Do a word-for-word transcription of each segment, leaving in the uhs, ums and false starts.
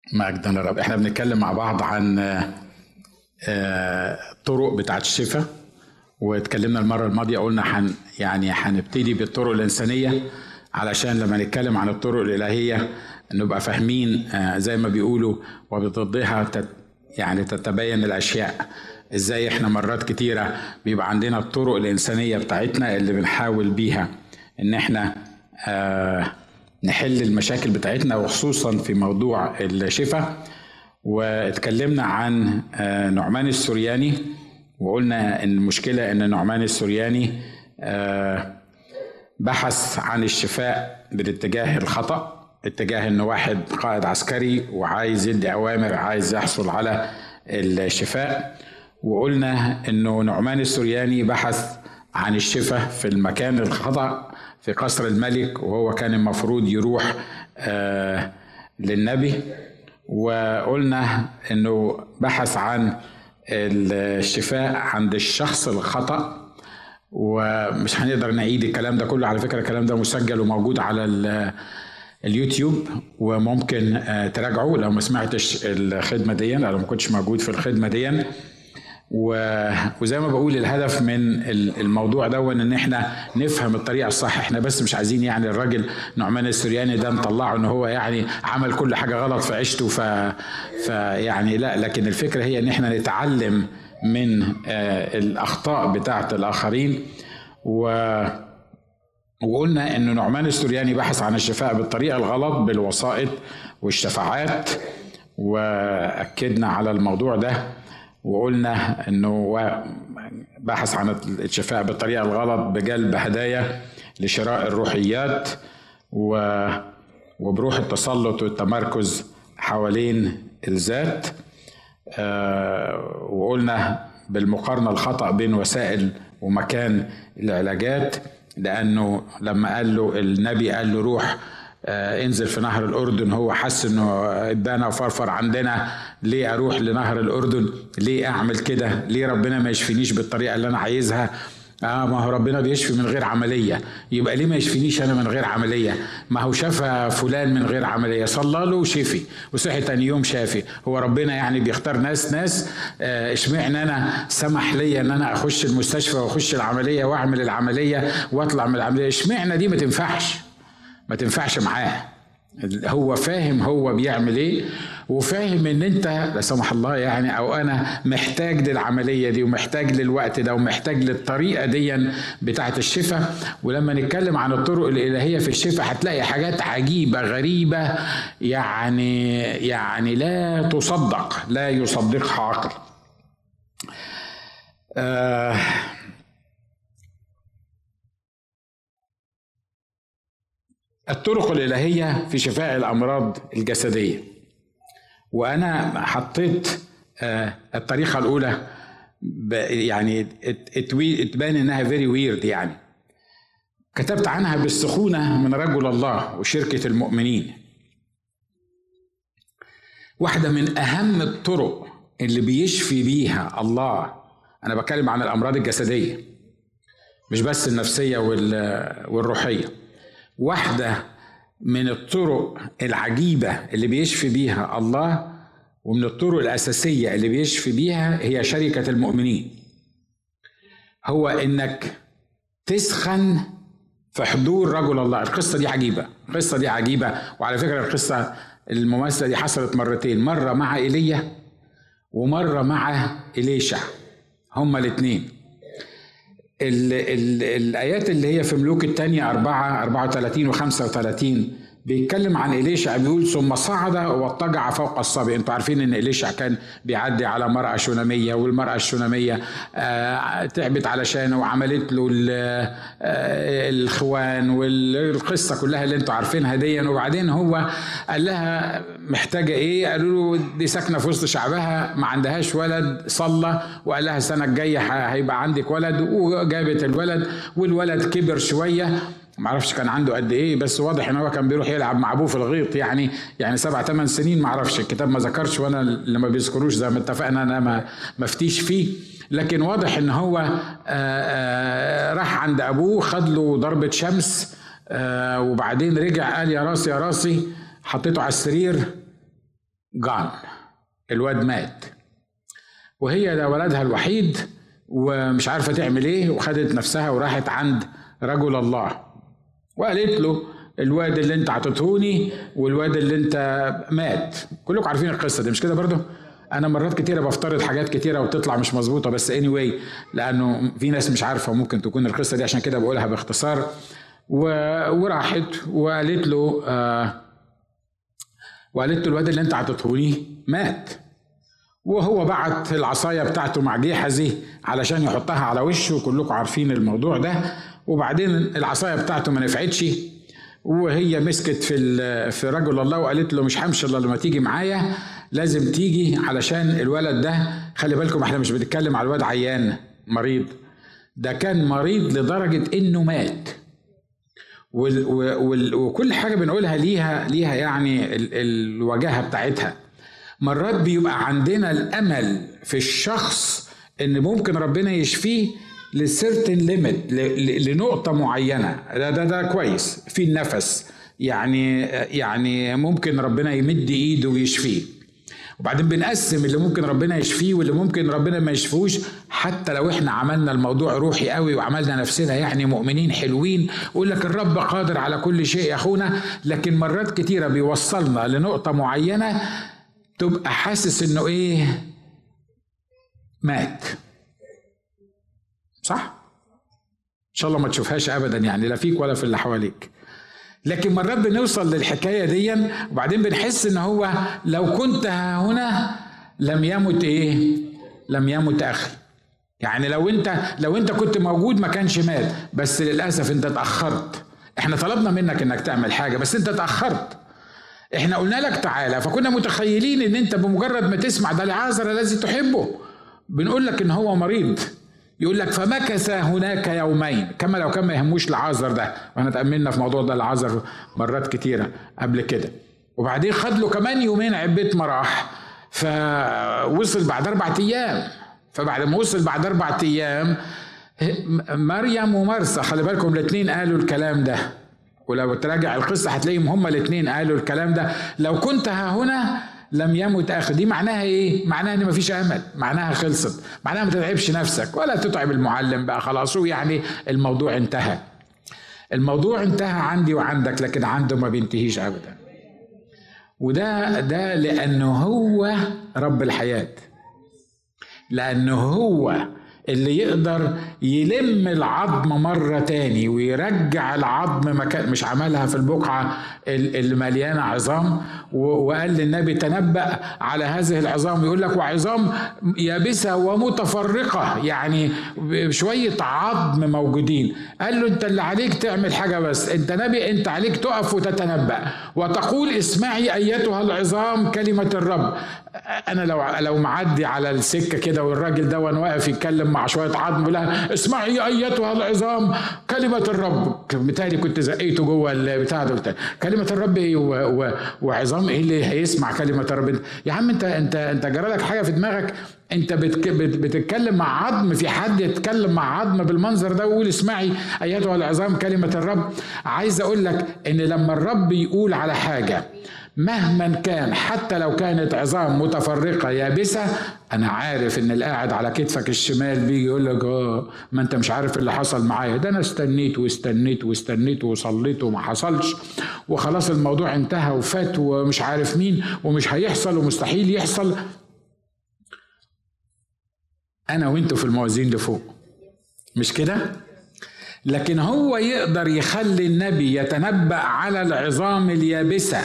مجدا للرب. احنا بنتكلم مع بعض عن الطرق بتاعت الشفاء، واتكلمنا المره الماضيه قلنا حن يعني هنبتدي بالطرق الانسانيه علشان لما نتكلم عن الطرق الالهيه نبقى فاهمين زي ما بيقولوا وبضدها تت يعني تتبين الاشياء. ازاي احنا مرات كتيره بيبقى عندنا الطرق الانسانيه بتاعتنا اللي بنحاول بيها ان احنا آه نحل المشاكل بتاعتنا، وخصوصا في موضوع الشفاء. واتكلمنا عن نعمان السورياني، وقلنا ان المشكلة ان نعمان السورياني بحث عن الشفاء بالاتجاه الخطأ، اتجاه انه واحد قائد عسكري وعايز يدي اوامر، عايز يحصل على الشفاء. وقلنا انه نعمان السورياني بحث عن الشفاء في المكان الخطأ في قصر الملك، وهو كان المفروض يروح آه للنبي. وقلنا انه بحث عن الشفاء عند الشخص الخطأ، ومش هنقدر نعيد الكلام ده كله. على فكرة الكلام ده مسجل وموجود على اليوتيوب، وممكن آه تراجعه لو ما سمعتش الخدمة دي، لو ما كنتش موجود في الخدمة دي. وزي ما بقول الهدف من الموضوع ده ان احنا نفهم الطريقه الصح. احنا بس مش عايزين يعني الراجل نعمان السورياني ده نطلعه ان هو يعني عمل كل حاجه غلط في عيشته، ف فيعني لا، لكن الفكره هي ان احنا نتعلم من الاخطاء بتاعه الاخرين. و وقلنا ان نعمان السورياني بحث عن الشفاء بالطريقه الغلط بالوسائط والشفاعات، واكدنا على الموضوع ده. وقلنا انه بحث عن الشفاء بالطريقه الغلط بجلب هدايا لشراء الروحيات وبروح التسلط والتمركز حوالين الذات. وقلنا بالمقارنه الخطأ بين وسائل ومكان العلاجات، لانه لما قال له النبي قال له روح آه انزل في نهر الأردن، هو حس انه ادانا وفرفر عندنا. ليه اروح لنهر الأردن؟ ليه اعمل كده؟ ليه ربنا ما يشفينيش بالطريقة اللي انا عايزها؟ اه ما هو ربنا بيشفي من غير عملية، يبقى ليه ما يشفينيش انا من غير عملية؟ ما هو شفى فلان من غير عملية، صلى له وشفي وصحي تاني يوم شافي. هو ربنا يعني بيختار ناس ناس آه اشمعنى انا سمح لي ان انا اخش المستشفى واخش العملية واعمل العملية واطلع من العملية؟ اشمعنى دي ما تنفعش؟ ما تنفعش معاه. هو فاهم هو بيعمل ايه، وفاهم ان انت لا سمح الله يعني او انا محتاج للعملية دي ومحتاج للوقت ده ومحتاج للطريقة دي بتاعت الشفاء. ولما نتكلم عن الطرق الالهية في الشفاء هتلاقي حاجات عجيبة غريبة، يعني يعني لا تصدق، لا يصدقها عقل. آه الطرق الإلهية في شفاء الأمراض الجسدية. وأنا حطيت الطريقة الأولى يعني تبان إنها very weird، يعني كتبت عنها بالسخونة من رجل الله وشركة المؤمنين. واحدة من أهم الطرق اللي بيشفي بيها الله، أنا بتكلم عن الأمراض الجسدية مش بس النفسية والروحية، واحدة من الطرق العجيبة اللي بيشفي بيها الله ومن الطرق الأساسية اللي بيشفي بيها هي شركة المؤمنين. هو إنك تسخن في حضور رجل الله. القصة دي عجيبة، القصة دي عجيبة. وعلى فكرة القصة المماثلة دي حصلت مرتين، مرة مع إيليا ومرة مع إليشع، هما الاثنين. ال ال الآيات اللي هي في ملوك الثانية أربعة أربعة وثلاثين وخمسة وثلاثين بيتكلم عن إليشع، بيقول ثم صعد واضطجع فوق الصبي. انتوا عارفين ان إليشع كان بيعدي على مرأة شونامية، والمرأة الشونامية آه تعبت علشانه وعملت له آه الخوان والقصة كلها اللي انتوا عارفينها دي. وبعدين هو قال لها محتاجة ايه؟ قالوا له دي ساكنة في وسط شعبها ما عندهاش ولد، صلى وقال لها السنة الجاية هيبقى عندك ولد، وجابت الولد والولد كبر شوية، معرفش كان عنده قد ايه، بس واضح ان هو كان بيروح يلعب مع ابوه في الغيط، يعني يعني سبع ثمان سنين، معرفش الكتاب ما ذكرش، وانا اللي ما بيذكروش زي ما اتفقنا انا ما مفتيش فيه. لكن واضح ان هو آآ آآ راح عند ابوه، خد له ضربة شمس، وبعدين رجع قال يا راسي يا راسي، حطيته على السرير جان، الواد مات، وهي ده ولدها الوحيد ومش عارفة تعمل ايه، وخدت نفسها وراحت عند رجل الله وقالت له الواد اللي انت عطيتهوني والواد اللي انت مات. كلكم عارفين القصة دي مش كده برضو؟ انا مرات كتيرة بفترض حاجات كتيرة وتطلع مش مظبوطة، بس anyway لانه في ناس مش عارفة ممكن تكون القصة دي، عشان كده بقولها باختصار. وراحت وقالت له آه وقالت له الواد اللي انت عطيتهوني مات، وهو بعت العصاية بتاعته مع جيحزي علشان يحطها على وشه، كلكم عارفين الموضوع ده. وبعدين العصاية بتاعته ما نفعتش، وهي مسكت في في رجل الله وقالت له مش همشي الا لما تيجي معايا، لازم تيجي علشان الولد ده، خلي بالكم احنا مش بنتكلم على الواد عيان مريض، ده كان مريض لدرجة انه مات. وال وال وكل حاجة بنقولها ليها ليها يعني ال الوجاهة بتاعتها. مرات بيبقى عندنا الأمل في الشخص إن ممكن ربنا يشفيه لسيرتن ليميت، لنقطة معينة، ده ده ده كويس في النفس، يعني يعني ممكن ربنا يمد إيده ويشفيه. وبعدين بنقسم اللي ممكن ربنا يشفيه واللي ممكن ربنا ما يشفوش، حتى لو احنا عملنا الموضوع روحي قوي وعملنا نفسنا يعني مؤمنين حلوين ويقول لك الرب قادر على كل شيء يا اخونا، لكن مرات كتيرة بيوصلنا لنقطة معينة تبقى حاسس انه ايه، مات. صح؟ ان شاء الله ما تشوفهاش ابدا، يعني لا فيك ولا في اللي حواليك. لكن مرات بنوصل للحكاية دي وبعدين بنحس ان هو لو كنت هنا لم يمت ايه، لم يمت اخي. يعني لو انت لو انت كنت موجود ما كانش مات، بس للأسف انت اتأخرت. احنا طلبنا منك انك تعمل حاجة بس انت اتأخرت. احنا قلنا لك تعالى، فكنا متخيلين ان انت بمجرد ما تسمع ده لعازر الذي تحبه، بنقول لك ان هو مريض. يقول لك فمكث هناك يومين، كما لو كان ما يهموش لعازر ده، واحنا تأملنا في موضوع ده لعازر مرات كتيرة قبل كده. وبعدين خد له كمان يومين عبيت مراح، فوصل بعد اربع ايام. فبعد ما وصل بعد اربع ايام مريم ومرسى، خلي بالكم الاثنين قالوا الكلام ده، ولو تراجع القصة هتلاقيهم هما الاثنين قالوا الكلام ده، لو كنت ها هنا لم يمت اخي. دي معناها ايه؟ معناها ان مفيش امل، معناها خلصت، معناها ما تتعبش نفسك ولا تتعب المعلم بقى، خلاص يعني الموضوع انتهى. الموضوع انتهى عندي وعندك، لكن عنده ما بينتهيش ابدا. وده ده لانه هو رب الحياة، لانه هو اللي يقدر يلم العظم مرة تاني ويرجع العظم مكان، مش عملها في البقعة اللي مليانة عظام وقال للنبي تنبأ على هذه العظام، يقول لك وعظام يابسة ومتفرقة، يعني شوية عظم موجودين. قال له انت اللي عليك تعمل حاجة بس، انت نبي، انت عليك تقف وتتنبأ وتقول اسمعي ايتها العظام كلمة الرب. انا لو لو معدي على السكة كده والراجل ده وانا واقف يتكلم مع شوية عظم لها اسمعي ايتها العظام كلمة الرب، بالتالي كنت زقيته جوه البتاع ده، كلمة الرب ايه وعظام ايه اللي هيسمع كلمة الرب؟ يا عم انت انت انت جرالك حاجة في دماغك؟ انت بتتكلم مع عظم؟ في حد يتكلم مع عظم بالمنظر ده ويقول اسمعي ايتها العظام كلمة الرب؟ عايز اقول لك ان لما الرب يقول على حاجة مهما كان، حتى لو كانت عظام متفرقة يابسة، أنا عارف إن اللي قاعد على كتفك الشمال بيجي يقول لك آه ما أنت مش عارف اللي حصل معايا، ده أنا استنيت واستنيت واستنيت وصليت وما حصلش وخلاص الموضوع انتهى وفات ومش عارف مين ومش هيحصل ومستحيل يحصل. أنا وإنتوا في الموازين لفوق، مش كده؟ لكن هو يقدر يخلي النبي يتنبأ على العظام اليابسة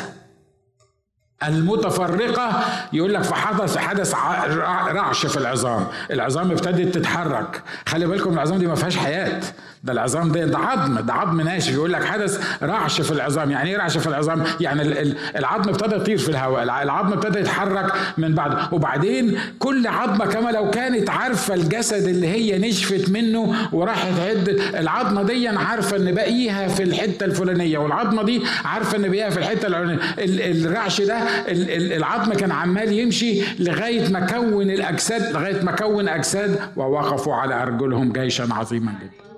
المتفرقة. يقول لك فحدث حدث رعش في العظام، العظام ابتدت تتحرك. خلي بالكم العظام دي ما فيهاش حياة، ده العظام ده ده عظم، ده عظم ناشف. يقول لك حدث رعش في العظام. يعني ايه رعش في العظام؟ يعني العظم ابتدى يطير في الهواء، العظم ابتدى يتحرك من بعد. وبعدين كل عظمة كما لو كانت عارفة الجسد اللي هي نشفت منه وراحت عد، العظمة دي عارفة ان باقيها في الحتة الفلانية، والعظمة دي عارفة ان باقيها في الحتة الفلانية. الرعش ده العظم كان عمال يمشي لغاية ما كون الأجساد، لغاية ما كون أجساد ووقفوا على أرجلهم جيشا عظيما جدا.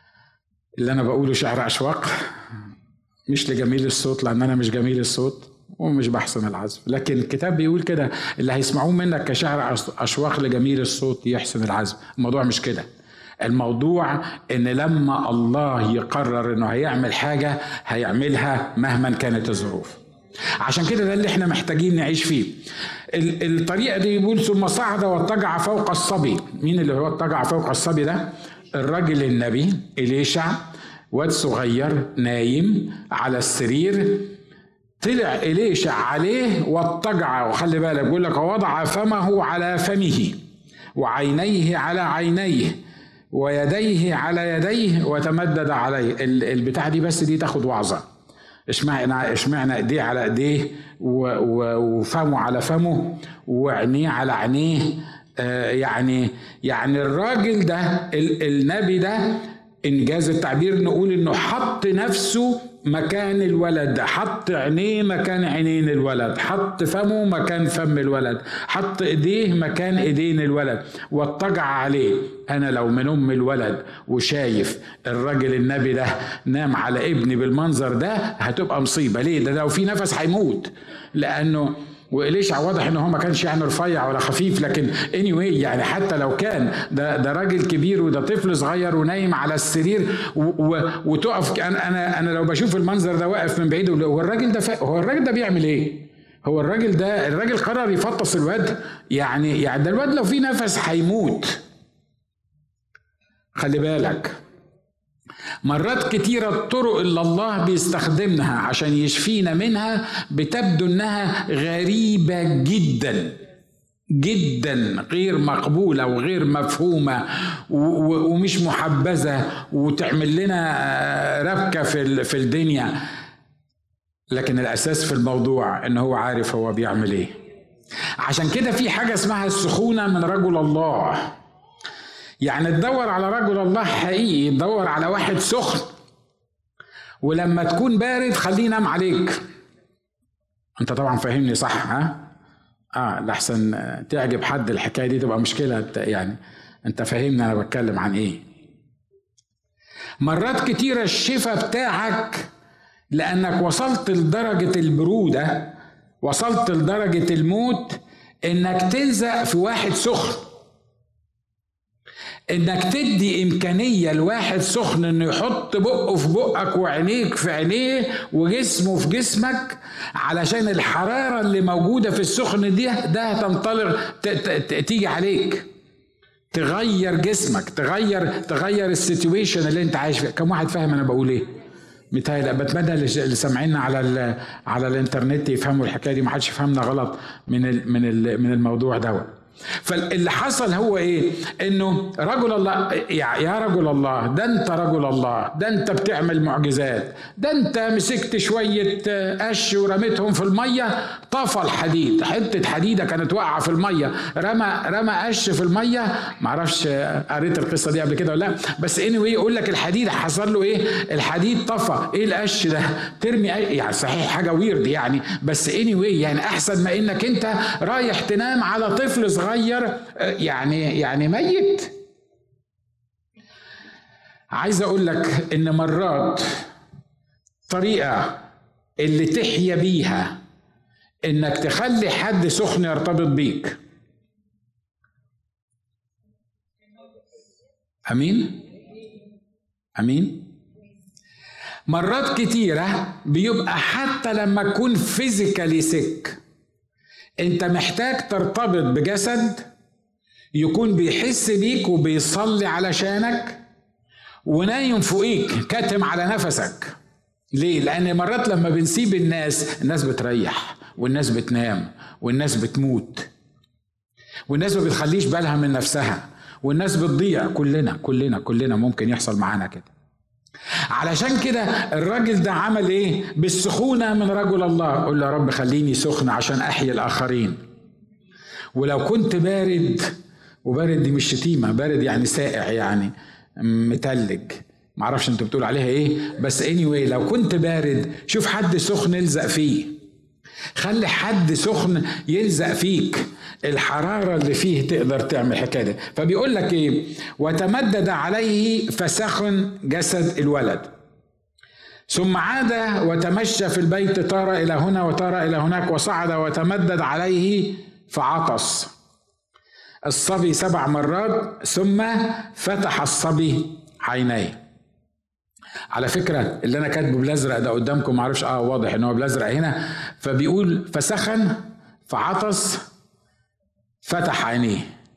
اللي أنا بقوله شعر أشواق، مش لجميل الصوت لأن أنا مش جميل الصوت، ومش بحسن العزف، لكن الكتاب بيقول كده اللي هيسمعوه منك كشعر أشواق لجميل الصوت يحسن العزف. الموضوع مش كده، الموضوع ان لما الله يقرر انه هيعمل حاجة هيعملها مهما كانت الظروف. عشان كده ده اللي احنا محتاجين نعيش فيه. الطريقة دي بيقول ثم صعد واتجع فوق الصبي. مين اللي هو اتجع فوق الصبي ده؟ الراجل النبي إليشع، واد صغير نايم على السرير، طلع إليشع عليه واتجع، وخلي بالك بيقول لك وضع فمه على فمه وعينيه على عينيه ويديه على يديه وتمدد عليه. البتاع دي بس دي تاخد وعظة. اشمعنى اشمعنى ايديه على ايديه وفمه على فمه وعينيه على عينيه؟ آه يعني يعني الراجل ده النبي ده انجاز التعبير نقول انه حط نفسه مكان الولد ده، حط عينيه مكان عينين الولد، حط فمه مكان فم الولد، حط ايديه مكان ايدين الولد واتجع عليه. انا لو من ام الولد وشايف الراجل النبي ده نام على ابني بالمنظر ده هتبقى مصيبة. ليه؟ ده لو في نفس هيموت، لانه وإليشع واضح انه هو ما كانش يعني رفيع ولا خفيف، لكن anyway يعني حتى لو كان ده ده راجل كبير وده طفل صغير ونايم على السرير وتقف. انا انا انا لو بشوف المنظر ده واقف من بعيد، هو الراجل ده هو الراجل ده بيعمل ايه؟ هو الراجل ده الراجل قرر يفطس الواد، يعني يعني ده الواد لو في نفس هيموت. خلي بالك مرات كتيرة الطرق اللي الله بيستخدمها عشان يشفينا منها بتبدو انها غريبة جدا جدا، غير مقبولة وغير مفهومة ومش محبذة وتعمل لنا ربكة في الدنيا، لكن الأساس في الموضوع إنه هو عارف هو بيعمل إيه. عشان كده في حاجة اسمها السخونة من رجل الله. يعني تدور على رجل الله حقيقي، تدور على واحد سخن، ولما تكون بارد خليه ينام عليك. انت طبعا فاهمني صح؟ ها اه لحسن تعجب حد الحكايه دي تبقى مشكله، يعني انت فاهمني انا بتكلم عن ايه. مرات كتيره الشفاء بتاعك لانك وصلت لدرجه البروده، وصلت لدرجه الموت، انك تلزق في واحد سخن، انك تدي امكانية لواحد سخن انه يحط بقه في بقك وعينيك في عينيه وجسمه في جسمك، علشان الحرارة اللي موجودة في السخن دي ده تنطلق تيجي عليك، تغير جسمك، تغير تغير السيتويشن اللي انت عايش فيها. كم واحد فاهم انا بقول ايه؟ متهيألي بتمنى اللي سامعيننا على على الانترنت يفهموا الحكايه دي، ما حدش يفهمنا غلط من ال من ال من الموضوع ده. فاللي حصل هو ايه؟ انه رجل الله، يا رجل الله، ده انت رجل الله، ده انت بتعمل معجزات، ده انت مسكت شويه قش ورميتهم في الميه طفى الحديد، حته حديده كانت واقعه في الميه رمى رمى قش في الميه. معرفش قريت القصه دي قبل كده ولا لا، بس anyway يقول لك الحديد حصل له ايه؟ الحديد طفى. ايه القش ده؟ ترمي يعني صحيح حاجه ويرد يعني، بس anyway يعني احسن ما انك انت رايح تنام على طفل صغير يعني يعني ميت. عايز اقول لك ان مرات طريقة اللي تحيا بيها انك تخلي حد سخن يرتبط بيك. امين امين. مرات كتيرة بيبقى حتى لما تكون فيزيكالي سك انت محتاج ترتبط بجسد يكون بيحس بيك وبيصلي علشانك ونايم فوقيك كاتم على نفسك. ليه؟ لان مرات لما بنسيب الناس، الناس بتريح والناس بتنام والناس بتموت والناس ما بتخليش بالها من نفسها والناس بتضيع. كلنا كلنا كلنا ممكن يحصل معانا كده. علشان كده الراجل ده عمل ايه؟ بالسخونة من رجل الله. قل له يا رب خليني سخن عشان احيي الاخرين. ولو كنت بارد، وبارد دي مش شتيمة، بارد يعني سائع يعني متلج، معرفش انتوا بتقول عليها ايه، بس anyway لو كنت بارد شوف حد سخن يلزق فيه، خلي حد سخن يلزق فيك، الحرارة اللي فيه تقدر تعمل حكاية دي. فبيقول لك ايه؟ وتمدد عليه فسخن جسد الولد ثم عاد وتمشى في البيت، طار إلى هنا وطار إلى هناك، وصعد وتمدد عليه فعطس الصبي سبع مرات، ثم فتح الصبي عينيه. على فكرة اللي أنا كاتبه بالأزرق ده قدامكم، معرفش آه واضح إنه بالأزرق هنا، فبيقول فسخن فعطس فتح عينيه.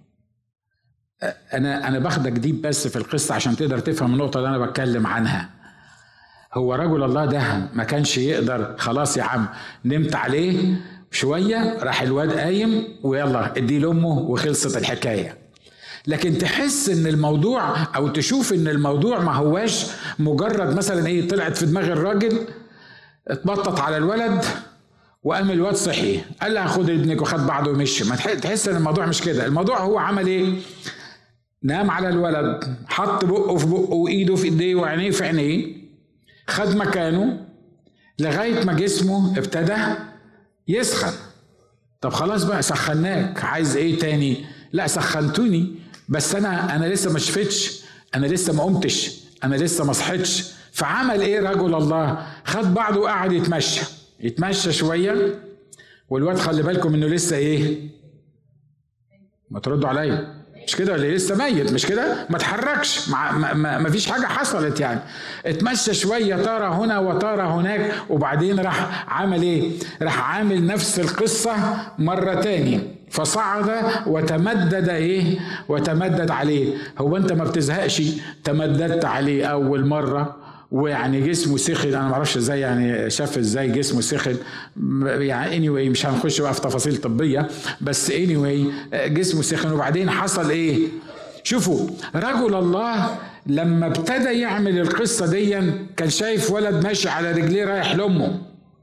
أنا أنا باخدك ديب بس في القصة عشان تقدر تفهم النقطة اللي أنا بتكلم عنها. هو رجل الله ده ما كانش يقدر خلاص يا عم نمت عليه شوية راح الواد قايم ويلا ادي لأمه وخلصت الحكاية. لكن تحس ان الموضوع او تشوف ان الموضوع ما هواش مجرد مثلا ايه طلعت في دماغ الراجل اتبطط على الولد وقام الواد صحي قال لها خد ابنك وخد بعضه ومشي. ما تحس ان الموضوع مش كده. الموضوع هو عمل ايه؟ نام على الولد، حط بقه في بقه وايده في ايديه وعينيه في عينيه، خد مكانه لغاية ما جسمه ابتدى يسخن. طب خلاص بقى سخناك، عايز ايه تاني؟ لا سخنتوني بس انا انا لسه ما شفتش، انا لسه ما قمتش، انا لسه ما صحتش. فعمل ايه رجل الله؟ خد بعضه وقعد يتمشى يتمشى شويه، والواد خلي بالكم انه لسه ايه؟ ما تردوا عليا، مش كده ولا لسه ميت؟ مش كده؟ ما تحركش، ما, ما, ما فيش حاجه حصلت يعني. اتمشى شويه، طار هنا وطار هناك، وبعدين راح عمل ايه؟ راح عامل نفس القصه مره تاني، فصعد وتمدد ايه؟ وتمدد عليه. هو انت ما بتزهقش؟ تمددت عليه اول مره ويعني جسمه سخن، انا ما اعرفش ازاي يعني شاف ازاي جسمه سخن يعني anyway مش هنخش بقى في تفاصيل طبيه، بس anyway جسمه سخن. وبعدين حصل ايه؟ شوفوا رجل الله لما ابتدى يعمل القصه دي كان شايف ولد ماشي على رجليه رايح لامه.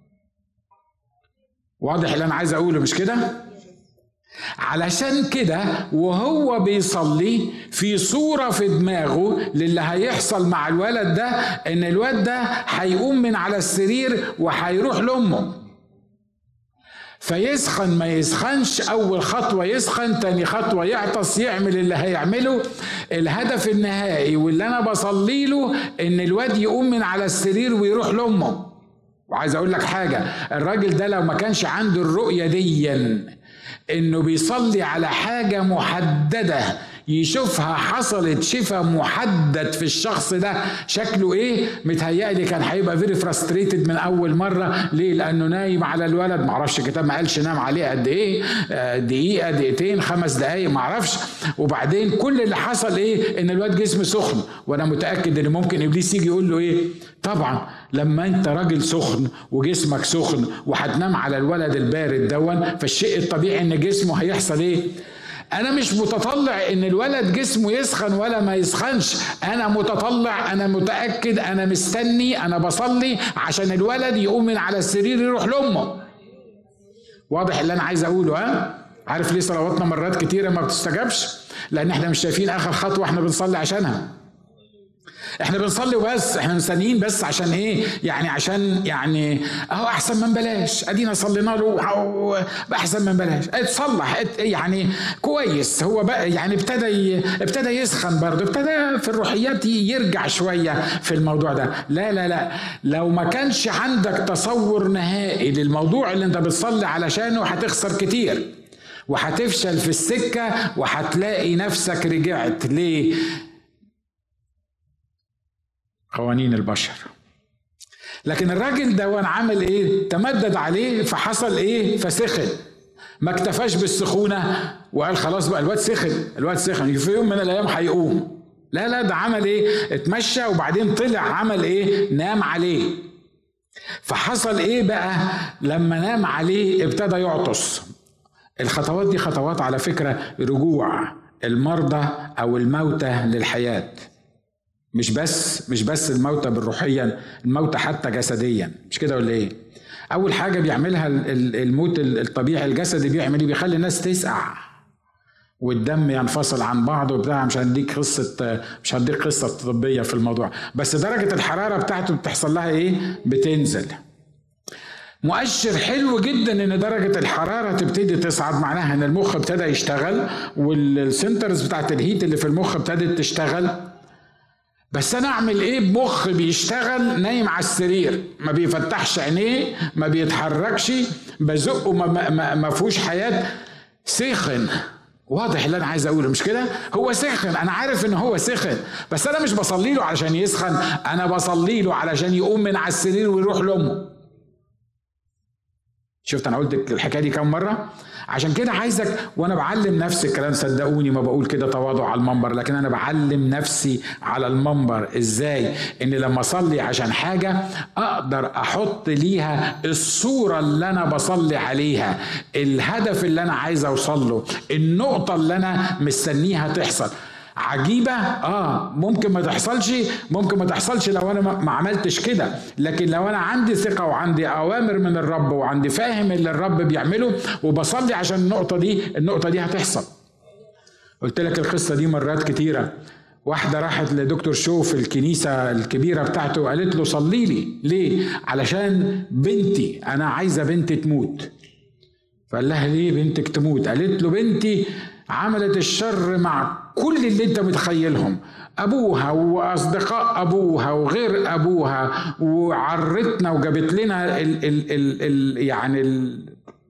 واضح اللي انا عايز اقوله مش كده؟ علشان كده وهو بيصلي في صورة في دماغه للي هيحصل مع الولد ده، ان الولد ده هيقوم من على السرير وهيروح لأمه. فيسخن ما يسخنش، اول خطوة يسخن، تاني خطوة يعطس، يعمل اللي هيعمله. الهدف النهائي واللي انا بصلي له ان الولد يقوم من على السرير ويروح لأمه. وعايز اقول لك حاجة، الراجل ده لو ما كانش عنده الرؤية دي انه بيصلي على حاجة محددة يشوفها حصلت شفاء محدد في الشخص ده شكله ايه، متهيألي كان هيبقى فيري فرستريتد من اول مرة. ليه؟ لانه نايم على الولد، معرفش الكتاب ما قالش نام عليه قد ايه، دقيقة دقيقتين خمس دقايق معرفش. وبعدين كل اللي حصل ايه؟ ان الولد جسم سخن. وانا متأكد ان ممكن ابليس يجي يقول له ايه؟ طبعا لما انت راجل سخن وجسمك سخن وهتنام على الولد البارد دون، فالشيء الطبيعي ان جسمه هيحصل ايه؟ انا مش متطلع ان الولد جسمه يسخن ولا ما يسخنش، انا متطلع، انا متأكد، انا مستني، انا بصلي عشان الولد يقوم من على السرير يروح لأمه. واضح اللي انا عايز اقوله؟ ها؟ عارف ليه صلواتنا مرات كتيرة ما بتستجابش؟ لان احنا مش شايفين اخر خطوة احنا بنصلي عشانها. احنا بنصلي وبس، احنا مستنيين بس عشان ايه؟ يعني عشان يعني اهو احسن من بلاش، ادينا صلينا له احسن من بلاش، اتصلح يعني كويس. هو بقى يعني ابتدى ابتدى يسخن برضه، ابتدى في الروحيات يرجع شويه في الموضوع ده. لا لا لا، لو ما كانش عندك تصور نهائي للموضوع اللي انت بتصلي علشانه هتخسر كتير وهتفشل في السكه وهتلاقي نفسك رجعت ليه؟ قوانين البشر. لكن الراجل ده وان عمل ايه؟ تمدد عليه فحصل ايه؟ فسخن. ما اكتفاش بالسخونه وقال خلاص بقى الواد سخن، الواد سخن في يوم من الايام هيقوم. لا لا، ده عمل ايه؟ اتمشى وبعدين طلع عمل ايه؟ نام عليه. فحصل ايه بقى؟ لما نام عليه ابتدى يعطس. الخطوات دي خطوات على فكرة رجوع المرضى او الموتى للحياة. مش بس مش بس الموتى بالروحيا، الموتى حتى جسديا، مش كده ولا ايه؟ اول حاجه بيعملها الموت الطبيعي الجسدي، بيعمل ايه؟ بيخلي الناس تسقع والدم ينفصل عن بعضه وبتاع. مش هديك قصه مش هديك قصه طبيه في الموضوع، بس درجه الحراره بتاعته بتحصل لها ايه؟ بتنزل. مؤشر حلو جدا ان درجه الحراره تبتدي تصعد، معناها ان المخ ابتدى يشتغل والسنترز بتاعت الهيت اللي في المخ ابتدت تشتغل. بس انا اعمل ايه بمخ بيشتغل نايم على السرير، ما بيفتحش عينيه، ما بيتحركش، بزقه ما, ما, ما فيهوش حياه، سخن. واضح اللي انا عايز اقوله مش كده؟ هو سخن، انا عارف ان هو سخن، بس انا مش بصلي له علشان يسخن، انا بصلي له علشان يقوم من على السرير ويروح لامه. شفت انا قلت الحكايه دي كام مره؟ عشان كده عايزك، وانا بعلم نفسي الكلام، صدقوني ما بقول كده تواضع على المنبر، لكن انا بعلم نفسي على المنبر ازاي ان لما اصلي عشان حاجه اقدر احط ليها الصوره اللي انا بصلي عليها، الهدف اللي انا عايز اوصل له، النقطه اللي انا مستنيها تحصل. عجيبة اه ممكن ما تحصلش، ممكن ما تحصلش لو انا ما عملتش كده، لكن لو انا عندي ثقة وعندي اوامر من الرب وعندي فاهم اللي الرب بيعمله وبصلي عشان النقطة دي، النقطة دي هتحصل. قلت لك القصة دي مرات كتيرة. واحدة راحت لدكتور شو في الكنيسة الكبيرة بتاعته وقالت له صلي لي. ليه؟ علشان بنتي، انا عايزة بنتي تموت. فقال لها ليه بنتك تموت؟ قالت له بنتي عملت الشر مع كل اللي انت متخيلهم، ابوها واصدقاء ابوها وغير ابوها، وعرتنا وجابت لنا ال ال ال ال يعني ال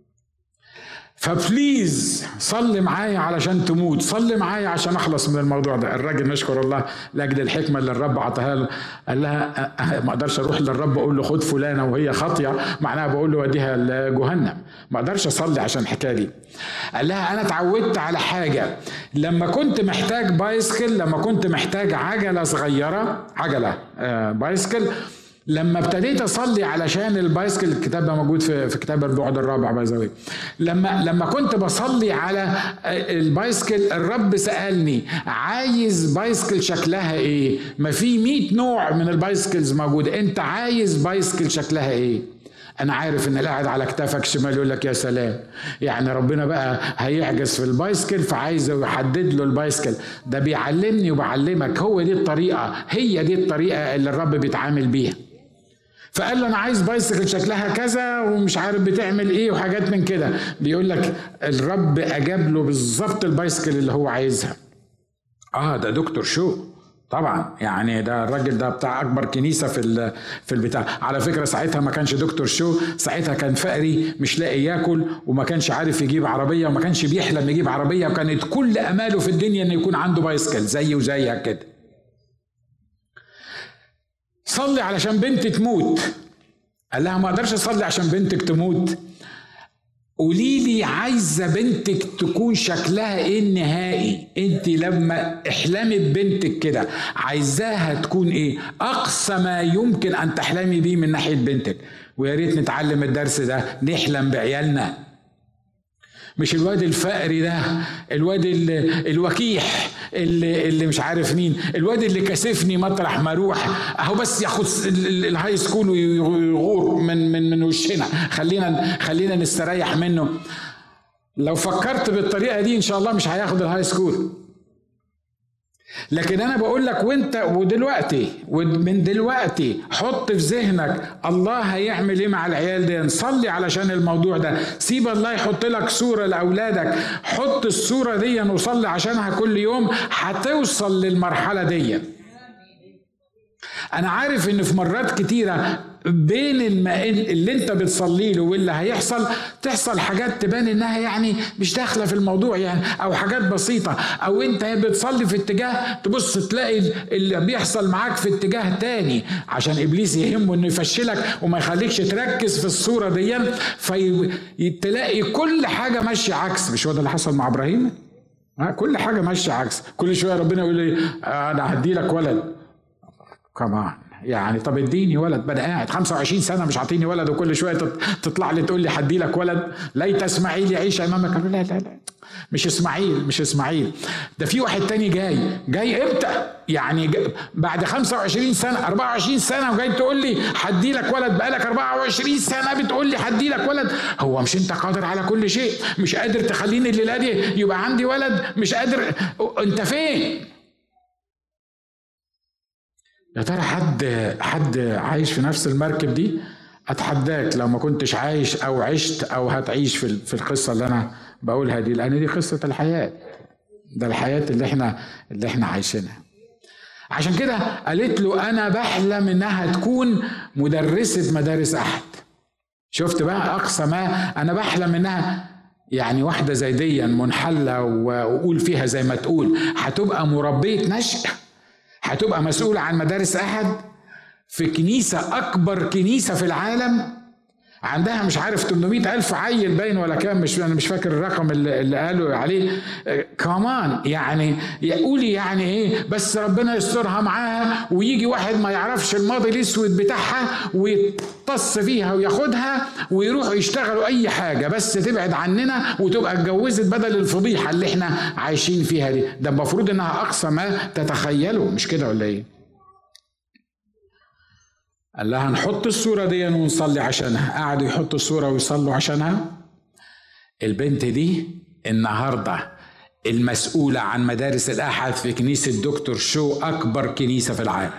فبليز صلي معايا علشان تموت، صلي معايا عشان اخلص من الموضوع ده. الراجل نشكر الله لاجل الحكمه اللي الرب عطاها له، قال لها ما اقدرش اروح للرب اقول له خد فلانه وهي خاطيه، معناها بقول له وديها لجهنم، ما اقدرش اصلي عشان الحكايه دي. قال لها انا اتعودت على حاجه، لما كنت محتاج بايسكل، لما كنت محتاج عجله صغيره، عجله آه بايسكل، لما ابتديت اصلي علشان البايسكل، الكتاب ده موجود في في كتاب البعد الرابع بايزاوي، لما لما كنت بصلي على البايسكل الرب سالني عايز بايسكل شكلها ايه؟ ما في مئة نوع من البايسكلز موجود، انت عايز بايسكل شكلها ايه؟ انا عارف ان قاعد على كتافك شمال يقول لك يا سلام، يعني ربنا بقى هيعجز في البايسكل فعايز يحدد له البايسكل. ده بيعلمني وبعلمك، هو دي الطريقه، هي دي الطريقه اللي الرب بيتعامل بيها. فقال له انا عايز بايسكل شكلها كذا ومش عارف بتعمل ايه وحاجات من كده. بيقول لك الرب اجاب له بالظبط البايسكل اللي هو عايزها. اه ده دكتور شو طبعا، يعني ده الراجل ده بتاع اكبر كنيسه في في البتاع. على فكره ساعتها ما كانش دكتور شو، ساعتها كان فقري مش لاقي ياكل وما كانش عارف يجيب عربيه وما كانش بيحلم يجيب عربيه، وكانت كل اماله في الدنيا انه يكون عنده بايسكل زيه وزيك كده. صلي علشان بنتي تموت. قال لها ما اقدرش اصلي عشان بنتك تموت، قولي لي عايزه بنتك تكون شكلها ايه النهائي؟ انت لما احلمي ببنتك كده عايزاها تكون ايه؟ اقصى ما يمكن ان تحلمي بيه من ناحيه بنتك. ويا ريت نتعلم الدرس ده، نحلم بعيالنا، مش الواد الفقري ده، الواد الوكيح اللي, اللي مش عارف مين، الواد اللي كسفني مطرح ما اروح اهو بس ياخد الهاي سكول ويغور من من من وشنا، خلينا خلينا نستريح منه. لو فكرت بالطريقه دي ان شاء الله مش هياخد الهاي سكول. لكن انا بقول لك وانت ودلوقتي ومن دلوقتي حط في ذهنك الله هيعمل ايه مع العيال دي. نصلي علشان الموضوع ده، سيب الله يحط لك صورة لاولادك، حط الصورة دي وصلي عشانها كل يوم، هتوصل للمرحلة دي. انا عارف ان في مرات كتيرة بين اللي انت بتصلي له واللي هيحصل تحصل حاجات تبان انها يعني مش داخله في الموضوع يعني، او حاجات بسيطه، او انت بتصلي في اتجاه تبص تلاقي اللي بيحصل معاك في اتجاه تاني، عشان ابليس يهمه انه يفشلك وما يخليكش تركز في الصوره دي، فتلاقي كل حاجه ماشيه عكس. مش هو ده اللي حصل مع ابراهيم؟ كل حاجه ماشيه عكس، كل شويه ربنا يقول لي انا هدي لك ولد، كمان يعني طب اديني ولد، بقى قاعد خمسة وعشرين سنه مش عاطيني ولد، وكل شويه تطلع لي تقول لي هدي لك ولد، ليت اسماعيل يعيش امامك. لا لا لا مش اسماعيل، مش اسماعيل، ده في واحد تاني جاي. جاي امتى؟ يعني بعد خمسة وعشرين سنه، أربعة وعشرين سنه، وجاي تقول لي هدي لك ولد، بقالك أربعة وعشرين سنه بتقول لي هدي لك ولد. هو مش انت قادر على كل شيء؟ مش قادر تخليني الليله دي يبقى عندي ولد؟ مش قادر؟ انت فين؟ يا ترى حد حد عايش في نفس المركب دي؟ اتحداك لو ما كنتش عايش او عشت او هتعيش في في القصه اللي انا بقولها دي، لان دي قصه الحياه، ده الحياه اللي احنا اللي احنا عايشينها. عشان كده قالت له انا بحلم انها تكون مدرسة مدارس احد. شفت بقى اقصى ما انا بحلم انها يعني واحدة زي دي منحلة وقول فيها زي ما تقول هتبقى مربية نشأ، هتبقى مسؤولة عن مدارس احد في كنيسة اكبر كنيسة في العالم، عندها مش عارف ثمانمائة ألف عيل باين ولا كام، مش أنا مش فاكر الرقم اللي, اللي قالوا عليه كمان. يعني يقولي يعني إيه، بس ربنا يسترها معاها ويجي واحد ما يعرفش الماضي الأسود بتاعها ويتص فيها وياخدها ويروحوا يشتغلوا أي حاجة بس تبعد عننا وتبقى اتجوزت بدل الفضيحة اللي إحنا عايشين فيها دي. ده المفروض إنها أقصى ما تتخيلوا، مش كده ولا إيه؟ قال لها نحط الصورة دي ونصلي عشانها. قعدوا يحطوا الصورة ويصلوا عشانها. البنت دي النهاردة المسؤولة عن مدارس الأحد في كنيسة دكتور شو، أكبر كنيسة في العالم.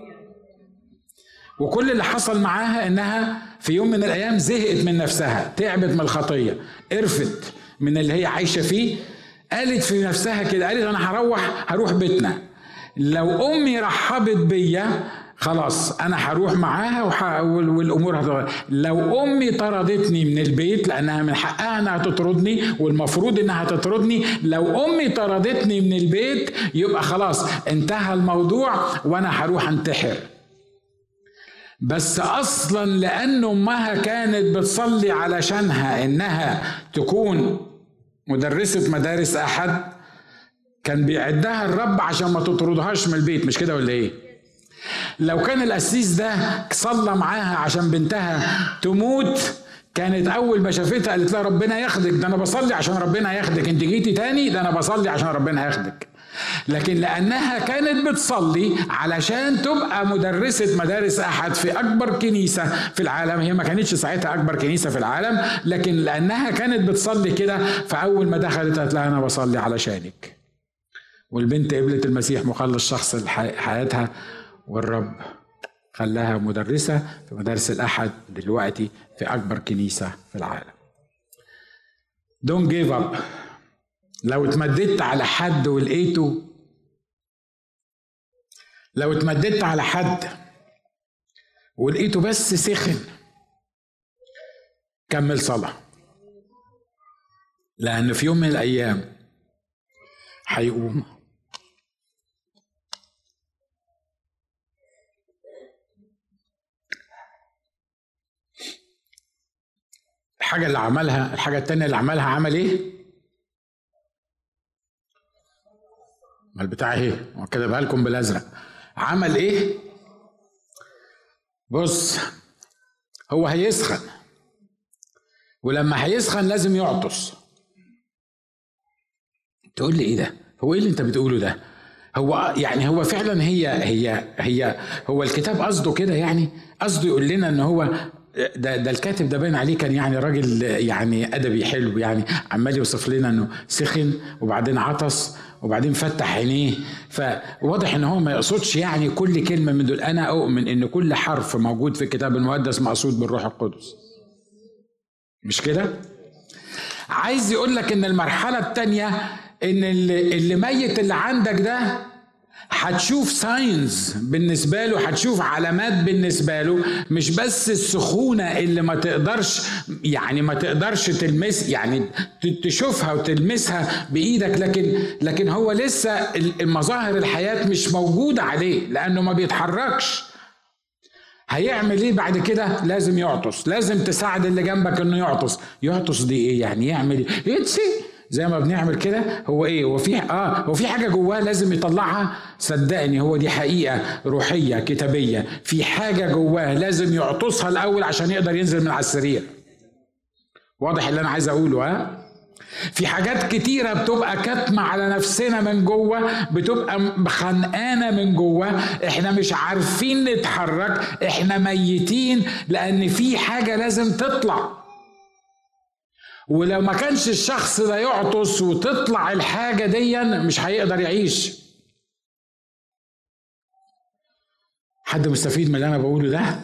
وكل اللي حصل معاها إنها في يوم من الأيام زهقت من نفسها، تعبت من الخطية، قرفت من اللي هي عايشة فيه. قالت في نفسها كده، قالت أنا هروح هروح بيتنا، لو أمي رحبت بيا خلاص انا هروح معاها وح... والامور هتغير. لو امي طردتني من البيت لانها من حقها انها تطردني والمفروض انها تطردني، لو امي طردتني من البيت يبقى خلاص انتهى الموضوع وانا هروح انتحر. بس اصلا لان امها كانت بتصلي علشانها انها تكون مدرسة مدارس احد، كان بيعدها الرب عشان ما تطردهاش من البيت، مش كده ولا ايه؟ لو كان القسيس ده صلى معاها عشان بنتها تموت، كانت اول ما شافتها قالت لها ربنا ياخدك، ده انا بصلي عشان ربنا ياخدك، انت جيتي تاني، ده انا بصلي عشان ربنا ياخدك. لكن لانها كانت بتصلي علشان تبقى مدرسة مدارس احد في اكبر كنيسة في العالم، هي ما كانتش ساعتها اكبر كنيسة في العالم، لكن لانها كانت بتصلي كده، فاول ما دخلت قالت لها انا بصلي علشانك. والبنت قبلت المسيح مخلص شخص حياتها، والرب خلاها مدرسة في مدارس الأحد دلوقتي في أكبر كنيسة في العالم. Don't give up. لو اتمددت على حد ولقيته، لو اتمددت على حد ولقيته بس سخن، كمل صلاة، لأن في يوم من الأيام هيقوم. الحاجة اللي عملها، الحاجة التانية اللي عملها، عمل ايه؟ ما البتاع ايه؟ وكتبها لكم بالازرق. عمل ايه؟ بص، هو هيسخن، ولما هيسخن لازم يعطس. تقول لي ايه ده؟ هو ايه اللي انت بتقوله ده؟ هو يعني هو فعلا هي هي هي هو الكتاب قصده كده، يعني قصده يقول لنا ان هو ده ده الكاتب ده باين عليه كان يعني راجل يعني ادبي حلو، يعني عمال يوصف لنا انه سخن وبعدين عطس وبعدين فتح عينيه، فواضح ان هو ما يقصدش يعني كل كلمه من دول. انا اؤمن ان كل حرف موجود في الكتاب المقدس مقصود بالروح القدس، مش كده؟ عايز يقول لك ان المرحله الثانيه ان اللي, اللي ميت اللي عندك ده هتشوف ساينز بالنسبة له، هتشوف علامات بالنسبة له، مش بس السخونة اللي ما تقدرش يعني ما تقدرش تلمس يعني تشوفها وتلمسها بإيدك، لكن لكن هو لسه المظاهر الحياة مش موجودة عليه لأنه ما بيتحركش. هيعمل ايه بعد كده؟ لازم يعطس، لازم تساعد اللي جنبك انه يعطس. يعطس دي ايه يعني؟ يعمل ايه؟ يتسي زي ما بنعمل كده. هو ايه؟ هو في اه هو في حاجه جواه لازم يطلعها. صدقني هو دي حقيقه روحيه كتابيه، في حاجه جواه لازم يعطسها الاول عشان يقدر ينزل من على السرير. واضح اللي انا عايز اقوله؟ ها في حاجات كتيرة بتبقى كاتمة على نفسنا من جوه، بتبقى خنقانة من جوه، احنا مش عارفين نتحرك، احنا ميتين لان في حاجة لازم تطلع. ولو ما كانش الشخص ده يعطس وتطلع الحاجة دي مش هيقدر يعيش. حد مستفيد من اللي انا بقوله ده؟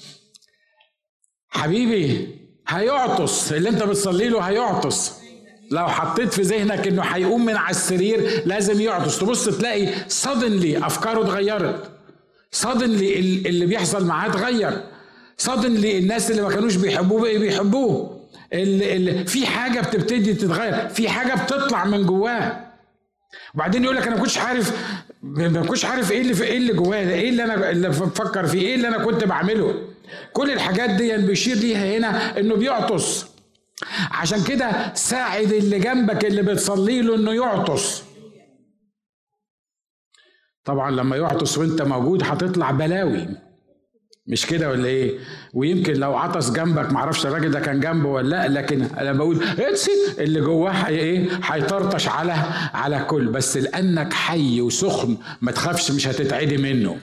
حبيبي هيعطس، اللي انت بتصلي له هيعطس، لو حطيت في ذهنك انه هيقوم من على السرير لازم يعطس، تبص تلاقي صدنلي افكاره اتغيرت، صدنلي اللي بيحصل معاه اتغير، صدنلي الناس اللي ما كانوش بيحبوه بقى بيحبوه، اللي اللي في حاجه بتبتدي تتغير، في حاجه بتطلع من جواه. وبعدين يقول لك انا ما كنتش عارف ما كنتش عارف ايه اللي في ايه اللي جواه ده، ايه اللي انا اللي بفكر فيه، ايه اللي انا كنت بعمله. كل الحاجات دي بيشير ليها هنا انه بيعطس. عشان كده ساعد اللي جنبك اللي بتصلي له انه يعطس. طبعا لما يعطس وانت موجود هتطلع بلاوي، مش كده ولا ايه؟ ويمكن لو عطس جنبك، معرفش الراجل ده كان جنبه ولا لا، لكن انا بقول اللي جواه حي ايه هيطرطش على على كل، بس لانك حي وسخن ما تخافش، مش هتتعدي منه.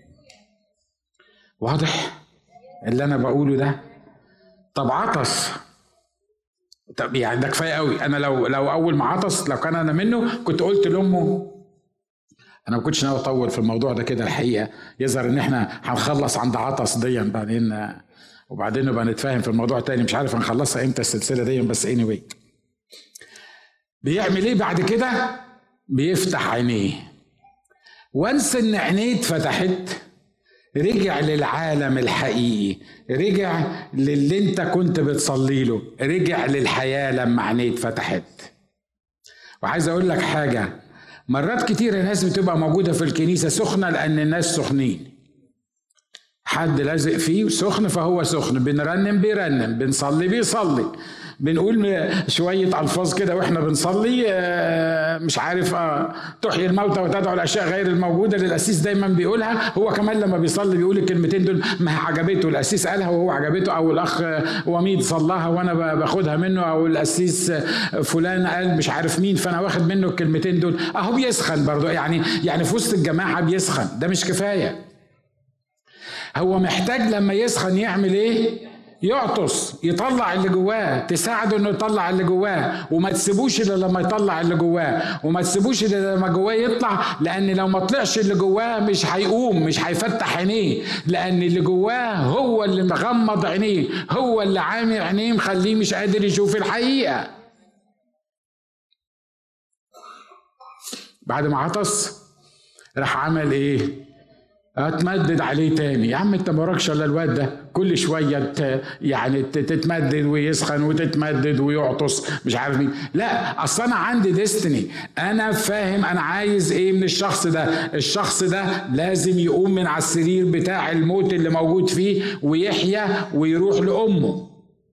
واضح اللي انا بقوله ده؟ طب عطس، طب يعني ده كفايه قوي. انا لو لو اول ما عطس، لو كان انا منه كنت قلت لامه، انا ما كنتش ناوي اطول في الموضوع ده كده الحقيقه، يظهر ان احنا هنخلص عند عطس دي بعدين، وبعدين نبقى نتفاهم في الموضوع تاني، مش عارف هنخلصها امتى السلسله دي، بس anyway. بيعمل ايه بعد كده؟ بيفتح عينيه، وانس ان عينيه اتفتحت رجع للعالم الحقيقي، رجع للي انت كنت بتصلي له، رجع للحياه لما عينيه اتفتحت. وعايز اقول لك حاجه، مرات كتير الناس بتبقى موجودة في الكنيسة سخنة لأن الناس سخنين، حد لازق فيه سخن فهو سخن، بنرنم بيرنم، بنصلي بيصلي، بنقول شوية ألفاظ كده وإحنا بنصلي، مش عارف تحيي الموتى وتدعو الأشياء غير الموجودة اللي القسيس دايما بيقولها، هو كمان لما بيصلي بيقول الكلمتين دول، ما عجبته القسيس قالها وهو عجبته، أو الأخ وميد صلاها وأنا باخدها منه، أو القسيس فلان قال مش عارف مين فأنا واخد منه الكلمتين دول، أهو بيسخن برضو، يعني يعني في وسط الجماعة بيسخن، ده مش كفاية. هو محتاج لما يسخن يعمل إيه؟ يعطس، يطلع اللي جواه، تساعده انه يطلع اللي جواه، وما تسيبوش الا لما يطلع اللي جواه، وما تسيبوش الا لما جواه يطلع، لان لو ما طلعش اللي جواه مش هيقوم، مش هيفتح عينيه، لان اللي جواه هو اللي مغمض عينيه، هو اللي عامي عينيه مخليه مش قادر يشوف الحقيقة. بعد ما عطس راح عمل ايه؟ اتمدد عليه تاني. يا عم انت مراكش الا الواد ده، كل شويه يعني تتمدد ويسخن وتتمدد ويعطس مش عارف مين. لا، اصل انا عندي ديستني، انا فاهم انا عايز ايه من الشخص ده. الشخص ده لازم يقوم من على السرير بتاع الموت اللي موجود فيه ويحيا ويروح لامه.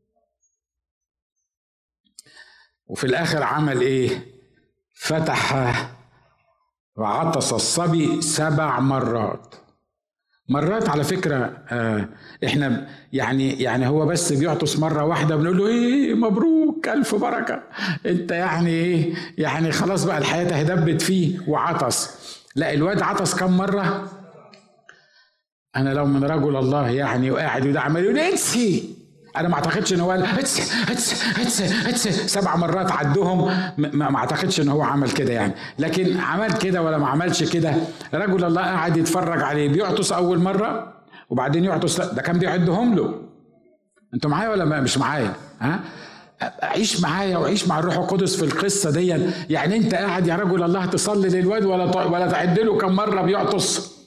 وفي الاخر عمل ايه؟ فتح وعطس الصبي سبع مرات. مرات على فكرة آه احنا يعني يعني هو بس بيعطس مرة واحدة بنقول له ايه مبروك الف بركة، انت يعني ايه يعني خلاص بقى الحياة هدبت فيه وعطس. لا، الواد عطس كم مرة؟ انا لو من رجل الله يعني وقاعد وده عمال يقول اتسي، انا ما اعتقدش ان هو اتس اتس اتس اتس سبع مرات عدهم، ما اعتقدش ان هو عمل كده يعني، لكن عمل كده ولا ما عملش كده. رجل الله قاعد يتفرج عليه بيعطس اول مره وبعدين يعطس، ده كان بيعدهم له. انتوا معايا ولا مش معايا؟ ها، عيش معايا وعيش مع الروح القدس في القصه دي. يعني انت قاعد يا رجل الله تصلي للواد ولا ولا تعد له كم مره بيعطس؟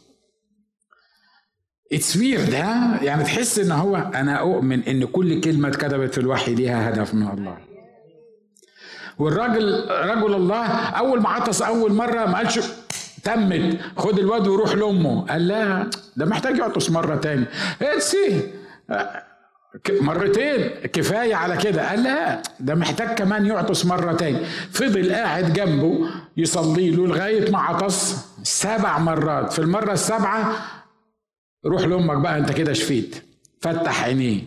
It's weird، ها؟ يعني تحس ان هو، انا اؤمن ان كل كلمة اتكتبت في الوحي ليها هدف من الله. والراجل رجل الله اول ما عطس اول مرة ما قالش تمت خد الواد وروح لامه، قال لا ده محتاج يعطس مرة تاني، اتسي مرتين كفاية على كده، قال لا ده محتاج كمان يعطس مرة تاني. فضل قاعد جنبه يصلي له لغاية ما عطس سبع مرات. في المرة السابعة روح لأمك بقى انت كده شفيت، فتح عينيه.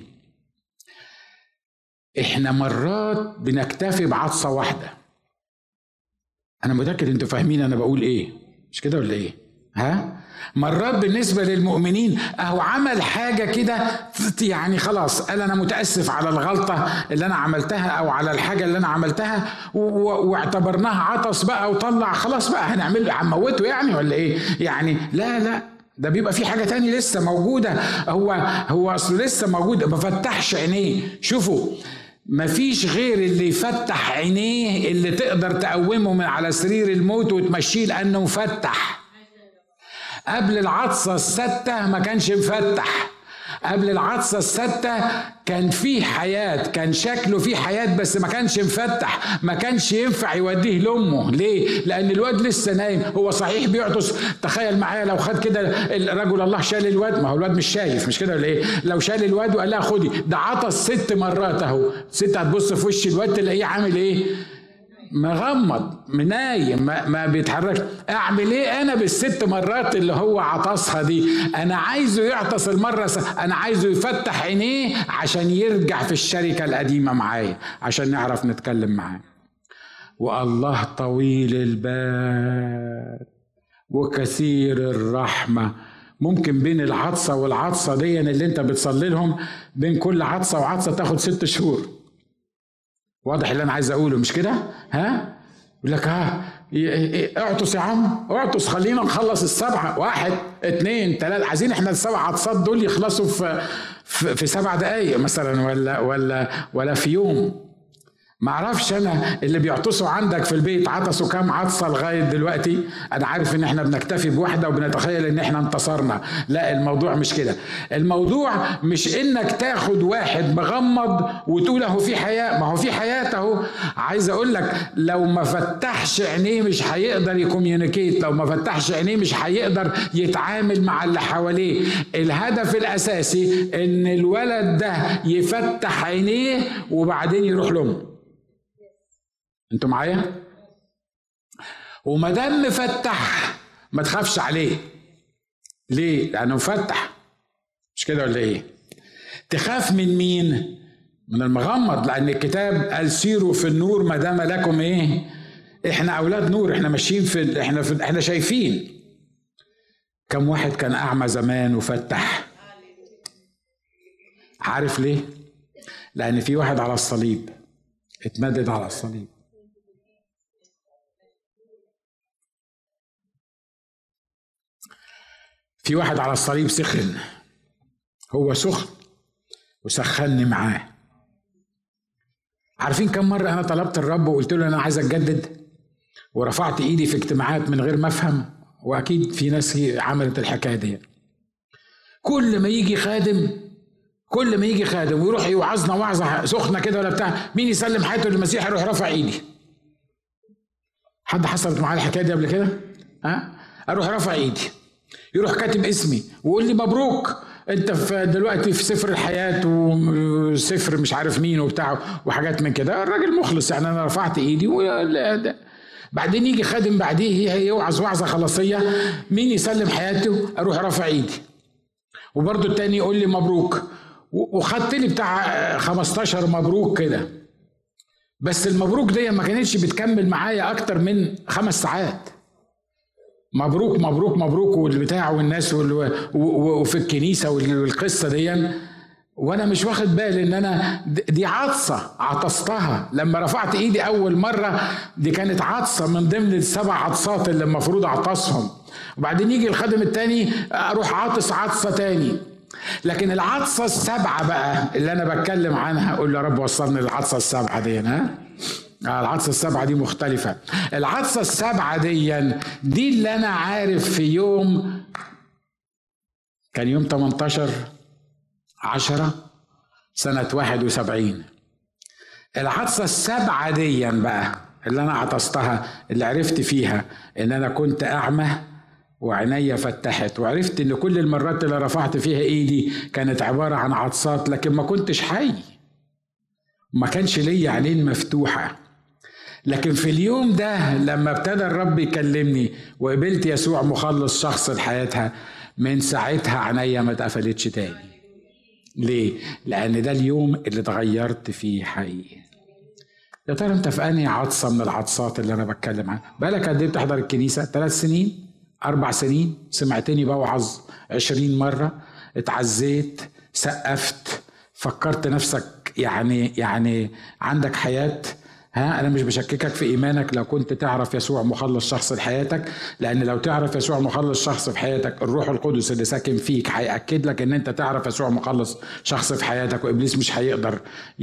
احنا مرات بنكتفي بعطسة واحدة. انا متأكد انتوا فاهمين انا بقول ايه، مش كده ولا ايه؟ ها؟ مرات بالنسبة للمؤمنين اهو عمل حاجة كده يعني خلاص قال انا متأسف على الغلطة اللي انا عملتها او على الحاجة اللي انا عملتها واعتبرناها عطس بقى وطلع خلاص بقى هنعمل هنموته يعني ولا ايه؟ يعني لا لا، ده بيبقى في حاجة تاني لسه موجودة، هو هو أصله لسه موجود، ما فتحش عينيه. شوفوا مفيش غير اللي يفتح عينيه اللي تقدر تقومه من على سرير الموت وتمشيه، لأنه مفتح. قبل العطسة الستة ما كانش مفتح. قبل العطسة الستة كان فيه حياة، كان شكله فيه حياة بس ما كانش مفتح، ما كانش ينفع يوديه لأمه. ليه؟ لأن الواد لسه نايم. هو صحيح بيعطس، تخيل معايا لو خد كده الرجل الله شال الواد، ما هو الواد مش شايف، مش كده ولا ايه؟ لو شال الواد وقال لها خدي، ده عطس ست مرات اهو، ست هتبص في وش الواد تلاقيه عامل ايه؟ مغمض، منايم، ما, ما بيتحركش. اعمل ايه انا بالست مرات اللي هو عطسها دي؟ انا عايزه يعطس المره س... انا عايزه يفتح عينيه عشان يرجع في الشركه القديمه معايا، عشان نعرف نتكلم معاه. والله طويل البال وكثير الرحمه. ممكن بين العطسه والعطسه دي اللي انت بتصلي لهم، بين كل عطسه وعطسه تاخد ست شهور. واضح اللي انا عايز اقوله مش كده؟ ها؟ يقول لك ها اعطس يا عم، اعطس، خلينا نخلص السبعه، واحد اتنين تلاته، عايزين احنا السبع عطسات دول يخلصوا في في, في سبع دقايق مثلا، ولا ولا ولا في يوم. ما اعرفش انا اللي بيعطسوا عندك في البيت عطسوا كام عطسه لغايه دلوقتي. انا عارف ان احنا بنكتفي بواحده وبنتخيل ان احنا انتصرنا. لا، الموضوع مش كده. الموضوع مش انك تاخد واحد مغمض وتقول اهو في حياه، ما هو في حياه اهو. عايز اقول لك لو ما فتحش عينيه مش هيقدر يكوميونيكيت، لو ما فتحش عينيه مش هيقدر يتعامل مع اللي حواليه. الهدف الاساسي ان الولد ده يفتح عينيه وبعدين يروح لهم. انتوا معايا؟ وما دام مفتح ما تخافش عليه. ليه؟ لانه مفتح، مش كده ولا ايه؟ تخاف من مين؟ من المغمض، لان الكتاب قال سيروا في النور ما دام لكم ايه؟ احنا اولاد نور، احنا ماشيين في احنا في احنا شايفين. كم واحد كان اعمى زمان وفتح؟ عارف ليه؟ لان في واحد على الصليب اتمدد على الصليب. في واحد على الصليب سخن، هو سخن وسخنني معاه. عارفين كم مرة أنا طلبت الرب وقلت له أنا عايز أتجدد، ورفعت إيدي في اجتماعات من غير ما أفهم، وأكيد في ناس عملت الحكاية دي. كل ما يجي خادم كل ما يجي خادم ويروح يوعظنا وعظة سخنة كده ولا بتاع، مين يسلم حياته للمسيح يروح رفع إيدي. حد حصلت معاه الحكاية دي قبل كده؟ ها؟ أروح رفع إيدي، يروح كاتب اسمي ويقول لي مبروك انت في دلوقتي في سفر الحياة وسفر مش عارف مين وبتاع وحاجات من كده. الراجل مخلص يعني، انا رفعت ايدي. بعدين يجي خادم بعديه يوعظ وعظة خلاصية، مين يسلم حياته اروح رفع ايدي، وبرضو التاني يقول لي مبروك، وخدت لي بتاع خمستاشر مبروك كده. بس المبروك دي ما كانتش بتكمل معايا اكتر من خمس ساعات. مبروك مبروك مبروك والبتاع والناس وفي الكنيسة والقصة دي، وانا مش واخد بالي ان انا دي عطسة عطستها لما رفعت ايدي اول مرة. دي كانت عطسة من ضمن السبع عطسات اللي المفروض اعطسهم. وبعدين يجي الخادم التاني اروح عطس عطسة تاني. لكن العطسة السبعة بقى اللي انا بتكلم عنها، اقول له يا رب وصلني للعطسة السبعة دي. ها، العطسة السبعة دي مختلفة. العطسة السبعة دي دي اللي أنا عارف في يوم، كان يوم تمنتاشر عشرة سنة واحد وسبعين. العطسة السبعة دي بقى اللي أنا عطستها، اللي عرفت فيها إن أنا كنت أعمى وعينيا فتحت، وعرفت إن كل المرات اللي رفعت فيها إيدي كانت عبارة عن عطسات، لكن ما كنتش حي، ما كانش ليا عينين مفتوحة. لكن في اليوم ده لما ابتدى الرب يكلمني وقبلت يسوع مخلص شخص لحياتها، من ساعتها عينيا ما اتقفلتش تاني. ليه؟ لأن ده اليوم اللي اتغيرت فيه حقيقي. يا ترى انت في انهي عطسة من العطسات اللي انا بتكلم عنها؟ بقالك قد ايه بتحضر الكنيسة؟ ثلاث سنين؟ اربع سنين؟ سمعتني بوعظ عشرين مرة؟ اتعزيت؟ سقفت؟ فكرت نفسك يعني يعني عندك حياة؟ ها أنا مش بشككك في إيمانك لو كنت تعرف يسوع مخلص شخص لحياتك، لأن لو تعرف يسوع مخلص شخص في حياتك الروح القدس اللي ساكن فيك هيأكد لك إن أنت تعرف يسوع مخلص شخص في حياتك، وإبليس مش هيقدر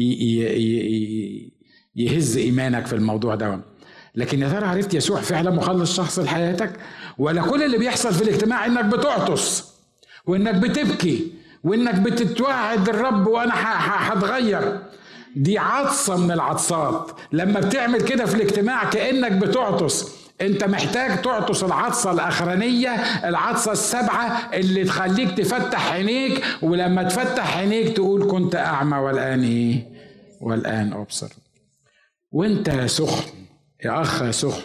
يهز إيمانك في الموضوع ده. لكن يا ترى عرفت يسوع فعلا مخلص شخص لحياتك، ولا كل اللي بيحصل في الاجتماع إنك بتعطس وإنك بتبكي وإنك بتتوعد الرب وأنا هتغير؟ دي عطسة من العطسات. لما بتعمل كده في الاجتماع كأنك بتعطس، انت محتاج تعطس العطسة الأخرانية، العطسة السبعة اللي تخليك تفتح عينيك، ولما تفتح عينيك تقول كنت أعمى والآن إيه؟ والآن أبصر. وانت سخن يا أخ سخن،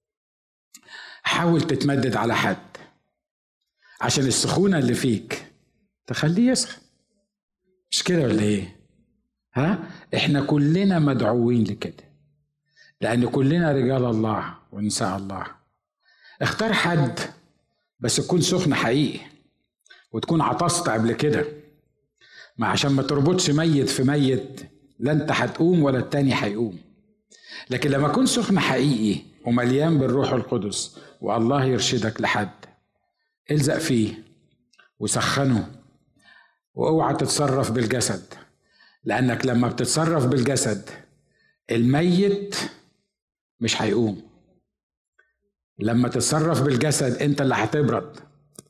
حاول تتمدد على حد عشان السخونة اللي فيك تخليه يسخن. مش كده ولا ايه؟ ها؟ احنا كلنا مدعوين لكده، لأن كلنا رجال الله ونساء الله. اختار حد بس تكون سخن حقيقي، وتكون عطست قبل كده، ما عشان ما تربطش ميت في ميت، لا انت هتقوم ولا التاني هيقوم. لكن لما تكون سخن حقيقي ومليان بالروح القدس والله يرشدك لحد، الزق فيه وسخنه، واوعى تتصرف بالجسد، لأنك لما بتتصرف بالجسد الميت مش هيقوم. لما تتصرف بالجسد انت اللي هتبرد،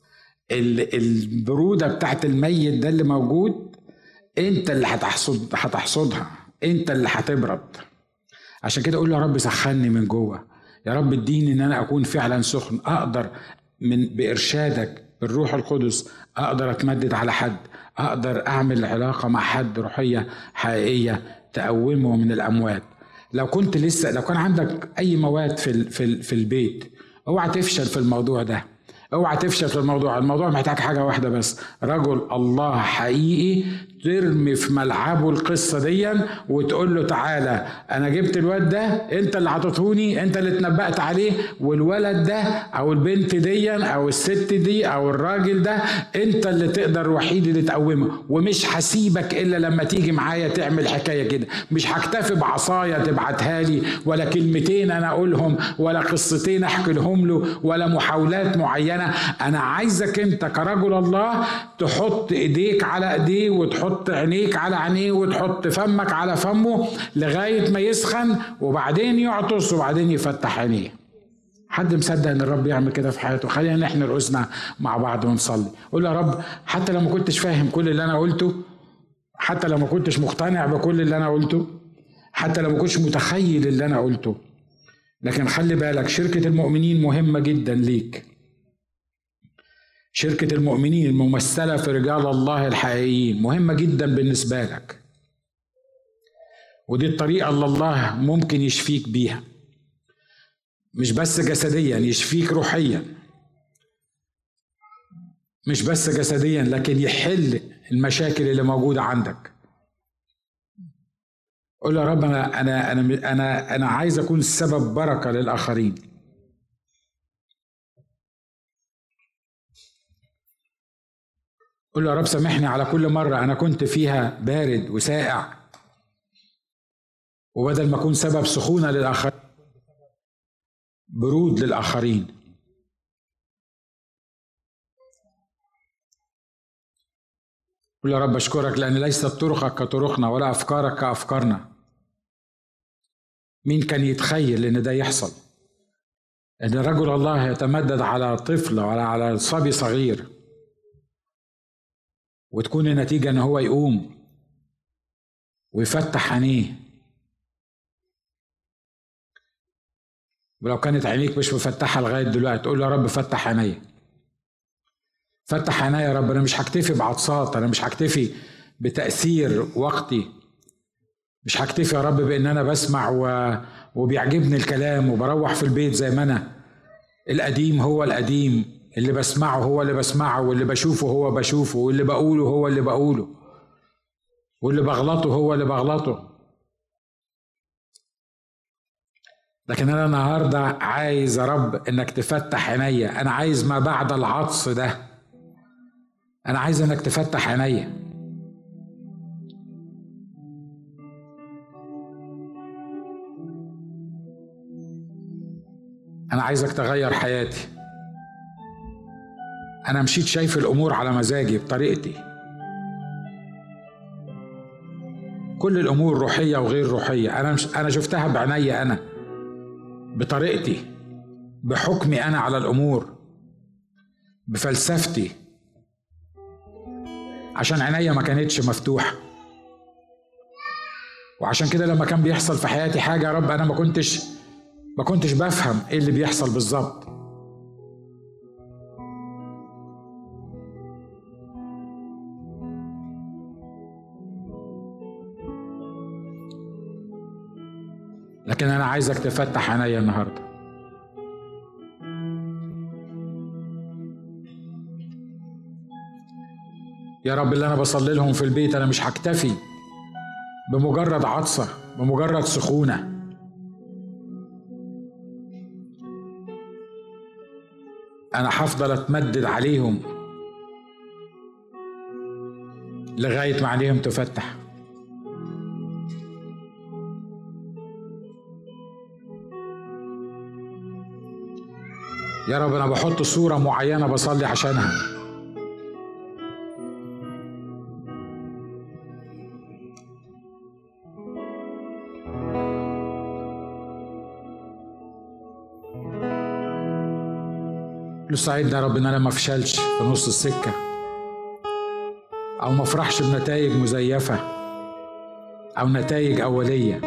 البرودة بتاعت الميت ده اللي موجود انت اللي هتحصد هتحصدها، انت اللي هتبرد. عشان كده اقول يا رب سخنني من جوه، يا رب اديني ان انا اكون فعلا سخن، اقدر من بارشادك بالروح القدس اقدر اتمدد على حد، اقدر اعمل علاقة مع حد روحية حقيقية تقومه من الاموات. لو كنت لسه لو كان عندك اي مواد في في في البيت، اوعى تفشل في الموضوع ده، اوعى تفشل في الموضوع. الموضوع محتاج حاجة واحدة بس، رجل الله حقيقي ترمي في ملعبه القصة دي وتقول له تعالى انا جبت الواد ده، انت اللي عطتهوني، انت اللي اتنبأت عليه، والولد ده او البنت دي او الست دي او الراجل ده انت اللي تقدر الوحيد اللي تقومه، ومش هسيبك الا لما تيجي معايا تعمل حكاية كده. مش هكتفي بعصاية تبعتها لي، ولا كلمتين انا اقولهم، ولا قصتين احكي لهم له، ولا محاولات معينة. انا عايزك انت كرجل الله تحط ايديك على ايديه، وتحط عينيك على عينيه، وتحط فمك على فمه لغاية ما يسخن، وبعدين يعطس، وبعدين يفتح عينيه. حد مصدق ان الرب يعمل كده في حياته؟ خلينا نحن رؤوسنا مع بعض ونصلي. قول يا رب حتى لو ما كنتش فاهم كل اللي انا قلته، حتى لو ما كنتش مقتنع بكل اللي انا قلته، حتى لو ما كنتش متخيل اللي انا قلته، لكن خلي بالك شركة المؤمنين مهمة جدا ليك. شركة المؤمنين الممثلة في رجال الله الحقيقيين مهمة جدا بالنسبة لك، ودي الطريقة اللي الله ممكن يشفيك بيها، مش بس جسديا، يشفيك روحيا، مش بس جسديا، لكن يحل المشاكل اللي موجودة عندك. قول يا رب أنا أنا أنا أنا أنا عايز أكون سبب بركة للآخرين. قول يا رب سامحني على كل مرة أنا كنت فيها بارد وساقع، وبدل ما أكون سبب سخونة للآخرين برود للآخرين. قول يا رب أشكرك لأن ليست طرقك كطرقنا ولا أفكارك كأفكارنا. مين كان يتخيل إن ده يحصل؟ إن رجل الله يتمدد على طفل ولا على صبي صغير، وتكون النتيجة إن هو يقوم ويفتح عينيه. ولو كانت عينيك مش مفتحة لغاية دلوقتي تقول يا رب فتح عيني، فتح عيني يا رب. أنا مش هكتفي بعطسات، أنا مش هكتفي بتأثير وقتي، مش هكتفي يا رب بأن أنا بسمع و... وبيعجبني الكلام وبروح في البيت زي ما أنا. القديم هو القديم، اللي بسمعه هو اللي بسمعه، واللي بشوفه هو بشوفه، واللي بقوله هو اللي بقوله، واللي بغلطه هو اللي بغلطه. لكن أنا النهاردة عايز يا رب إنك تفتح عينيا. أنا عايز ما بعد العطس ده، أنا عايز إنك تفتح عينيا. أنا عايزك تغير حياتي. أنا مشيت شايف الأمور على مزاجي بطريقتي، كل الأمور روحية وغير روحية أنا مش أنا شفتها بعناية، أنا بطريقتي، بحكمي أنا على الأمور، بفلسفتي، عشان عينيا ما كانتش مفتوحة. وعشان كده لما كان بيحصل في حياتي حاجة يا رب أنا ما كنتش ما كنتش بفهم إيه اللي بيحصل بالظبط. لكن أنا عايزك تفتح عينيا النهاردة. يا رب اللي أنا بصلي لهم في البيت أنا مش هكتفي بمجرد عطسة، بمجرد سخونة. أنا هفضل أتمدد عليهم لغاية ما عينيهم تفتح. يا رب أنا بحط صورة معينة بصلي عشانها. ساعدني يا رب ان انا ما افشلش في نص السكه، او ما افرحش بنتائج مزيفه او نتائج اوليه.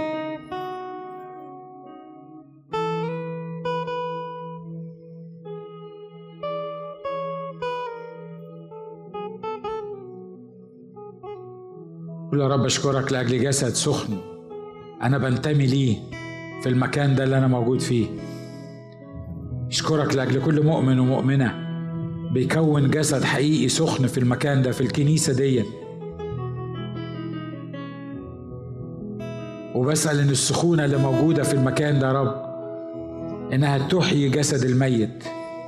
قول يا رب اشكرك لاجل جسد سخن انا بنتمي ليه في المكان ده اللي انا موجود فيه. اشكرك لاجل كل مؤمن ومؤمنه بيكون جسد حقيقي سخن في المكان ده، في الكنيسه دي. وبسأل ان السخونه اللي موجوده في المكان ده يا رب انها تحيي جسد الميت.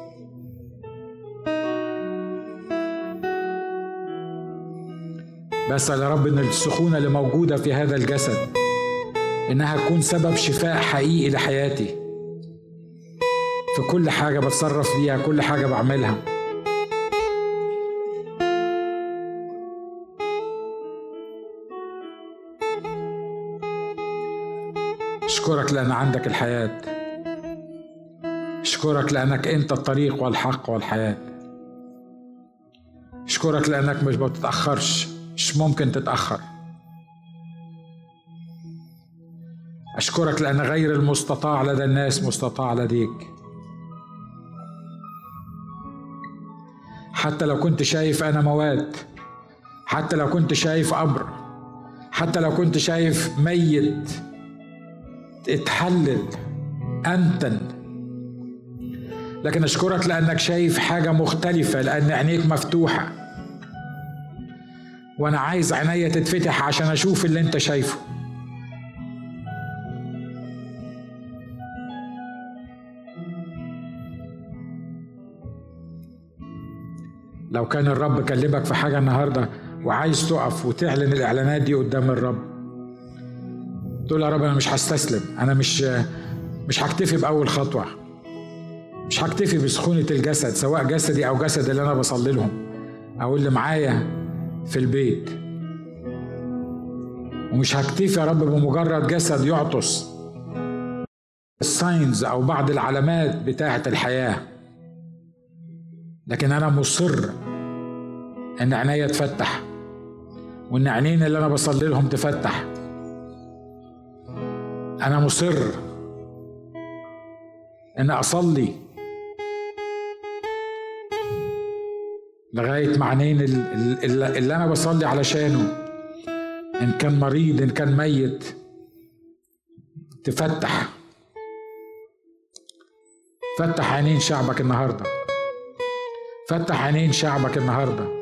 بسأل يا رب ان السخونه اللي موجوده في هذا الجسد انها تكون سبب شفاء حقيقي لحياتي في كل حاجة بتصرف فيها، كل حاجة بعملها. اشكرك لأن عندك الحياة، اشكرك لأنك أنت الطريق والحق والحياة، اشكرك لأنك مش بتتأخرش، مش ممكن تتأخر. اشكرك لأن غير المستطاع لدى الناس مستطاع لديك. حتى لو كنت شايف أنا مواد، حتى لو كنت شايف قبر، حتى لو كنت شايف ميت اتحلل أنتن، لكن أشكرك لأنك شايف حاجة مختلفة، لأن عينيك مفتوحة وأنا عايز عينيا تتفتح عشان أشوف اللي أنت شايفه. لو كان الرب كلمك في حاجة النهاردة وعايز تقف وتعلن الإعلانات دي قدام الرب، تقول يا رب أنا مش هستسلم، أنا مش مش هكتفي بأول خطوة، مش هكتفي بسخونة الجسد سواء جسدي أو جسد اللي أنا بصلي لهم أو اللي معايا في البيت، ومش هكتفي يا رب بمجرد جسد يعطس الساينز أو بعض العلامات بتاعة الحياة، لكن أنا مصر إن عينيا تفتح وإن عينين اللي أنا بصلي لهم تفتح. أنا مصر إن أصلي لغاية مع عينين اللي أنا بصلي علشانه، إن كان مريض إن كان ميت، تفتح. فتح عينين شعبك النهارده، فتح عينين شعبك النهارده.